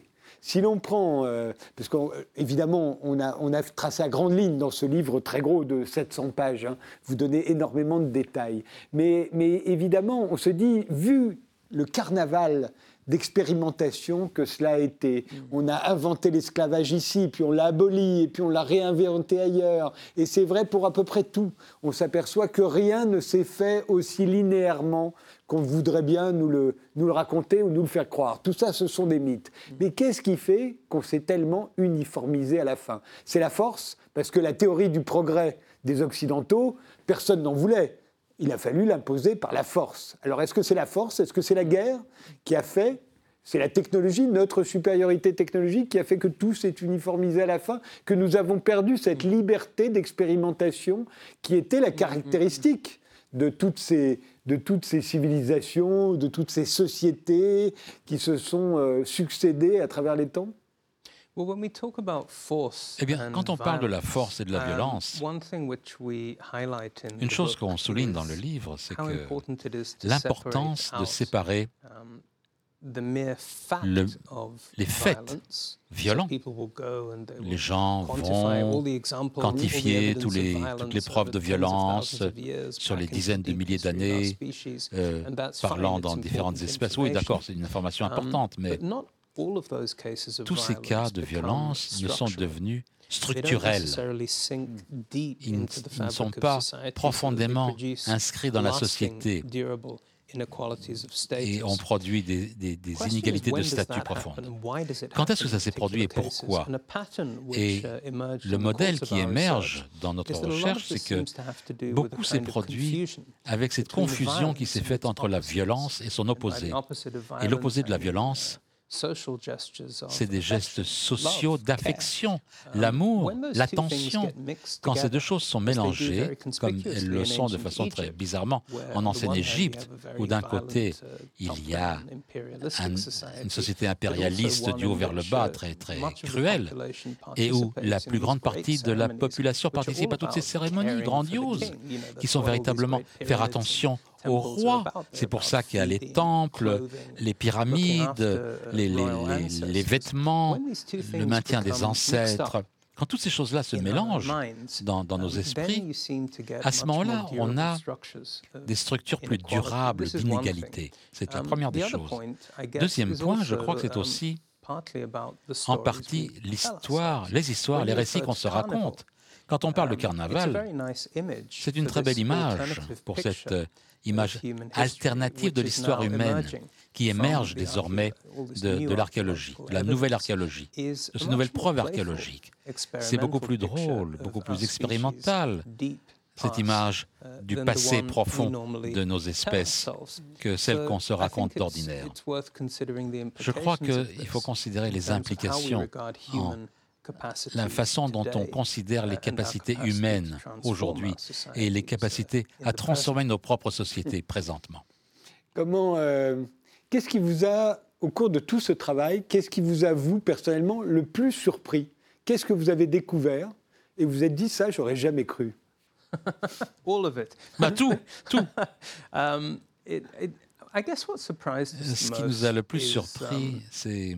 Si l'on prend, parce qu'évidemment, on a tracé à grandes lignes dans ce livre très gros de 700 pages, vous donnez énormément de détails. Mais évidemment, on se dit, vu le carnaval d'expérimentation que cela a été, on a inventé l'esclavage ici, puis on l'a aboli, et puis on l'a réinventé ailleurs. Et c'est vrai pour à peu près tout. On s'aperçoit que rien ne s'est fait aussi linéairement qu'on voudrait bien nous le raconter ou nous le faire croire. Tout ça, ce sont des mythes. Mais qu'est-ce qui fait qu'on s'est tellement uniformisé à la fin ? C'est la force, parce que la théorie du progrès des Occidentaux, personne n'en voulait. Il a fallu l'imposer par la force. Alors, est-ce que c'est la force ? Est-ce que c'est la guerre qui a fait ? C'est la technologie, notre supériorité technologique qui a fait que tout s'est uniformisé à la fin, que nous avons perdu cette liberté d'expérimentation qui était la caractéristique de toutes ces civilisations, de toutes ces sociétés qui se sont succédées à travers les temps ? Eh bien, quand on parle de la force et de la violence, une chose qu'on souligne dans le livre, c'est que l'importance de séparer les faits violents. Les gens vont quantifier toutes les preuves de violence sur les dizaines de milliers d'années, parlant dans différentes espèces. Oui, d'accord, c'est une information importante, mais tous ces cas de violence ne sont devenus structurels. Ils ne sont pas profondément inscrits dans la société. et ont produit des inégalités de statut profondes. Quand est-ce que ça s'est produit et pourquoi? Et le modèle qui émerge dans notre recherche, c'est que beaucoup s'est produit avec cette confusion qui s'est faite entre la violence et son opposé. Et l'opposé de la violence, c'est des gestes sociaux d'affection, l'amour, l'attention. Quand ces deux choses sont mélangées, comme elles le sont de façon très bizarrement en ancienne Égypte, où d'un côté il y a une société impérialiste du haut vers le bas très, très cruelle, et où la plus grande partie de la population participe à toutes ces cérémonies grandioses, qui sont véritablement faire attention au roi. C'est pour ça qu'il y a les temples, les pyramides, les vêtements, le maintien des ancêtres. Quand toutes ces choses-là se mélangent dans nos esprits, à ce moment-là, on a des structures plus durables d'inégalité. C'est la première des choses. Deuxième point, je crois que c'est aussi en partie l'histoire, les récits qu'on se raconte. Quand on parle de carnaval, c'est une très belle image pour cette image alternative de l'histoire humaine qui émerge désormais de l'archéologie, de la nouvelle archéologie, de ces nouvelles preuves archéologiques. C'est beaucoup plus drôle, beaucoup plus expérimental, cette image du passé profond de nos espèces que celle qu'on se raconte d'ordinaire. Je crois qu'il faut considérer les implications en la façon dont on considère les capacités humaines aujourd'hui et les capacités à transformer nos propres sociétés présentement. Qu'est-ce qui vous a, au cours de tout ce travail, qu'est-ce qui vous a, vous, personnellement, le plus surpris? Qu'est-ce que vous avez découvert et vous vous êtes dit, ça, j'aurais jamais cru? All of it. Tout. Ce qui nous a le plus surpris, c'est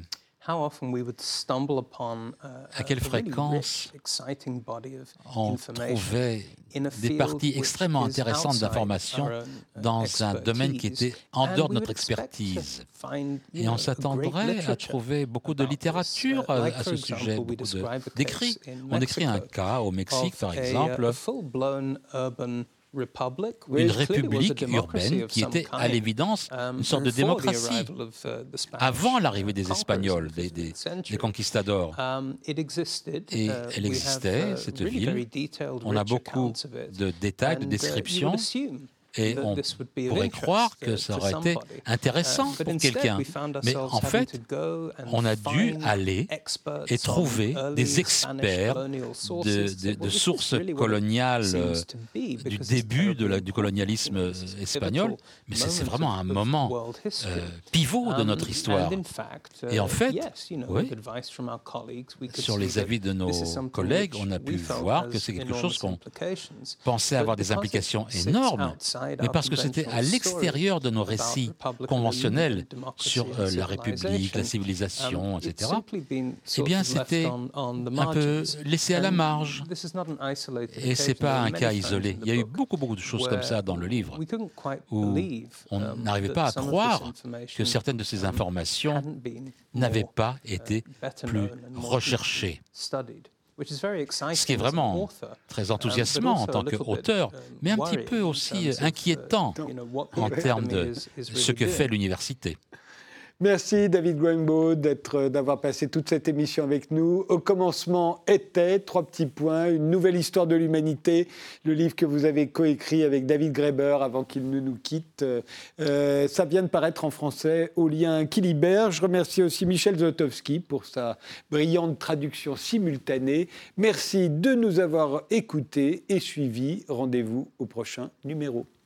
à quelle fréquence on trouvait des parties extrêmement intéressantes d'informations dans un domaine qui était en dehors de notre expertise. Et on s'attendrait à trouver beaucoup de littérature à ce sujet, beaucoup d'écrits. On écrit un cas au Mexique, par exemple, une république urbaine qui était à l'évidence une sorte de démocratie avant l'arrivée des Espagnols, des conquistadors. Et elle existait, cette ville. On a beaucoup de détails, de descriptions. Et on pourrait croire que ça aurait été intéressant pour quelqu'un. Mais en fait, on a dû aller et trouver des experts de sources coloniales du début du colonialisme espagnol. Mais c'est vraiment un moment pivot de notre histoire. Et en fait, oui, sur les avis de nos collègues, on a pu voir que c'est quelque chose qu'on pensait avoir des implications énormes. Mais parce que c'était à l'extérieur de nos récits conventionnels sur la République, la civilisation, etc., eh bien, c'était un peu laissé à la marge. Et ce n'est pas un cas isolé. Il y a eu beaucoup de choses comme ça dans le livre, où on n'arrivait pas à croire que certaines de ces informations n'avaient pas été plus recherchées. Ce qui est vraiment très enthousiasmant en tant qu'auteur, mais un petit peu aussi inquiétant en termes de ce que fait l'université. Merci David Greenbaud d'avoir passé toute cette émission avec nous. Au commencement était, 3 petits points, une nouvelle histoire de l'humanité, le livre que vous avez coécrit avec David Graeber avant qu'il ne nous quitte. Ça vient de paraître en français au lien qui libère. Je remercie aussi Michel Zlotowski pour sa brillante traduction simultanée. Merci de nous avoir écoutés et suivis. Rendez-vous au prochain numéro.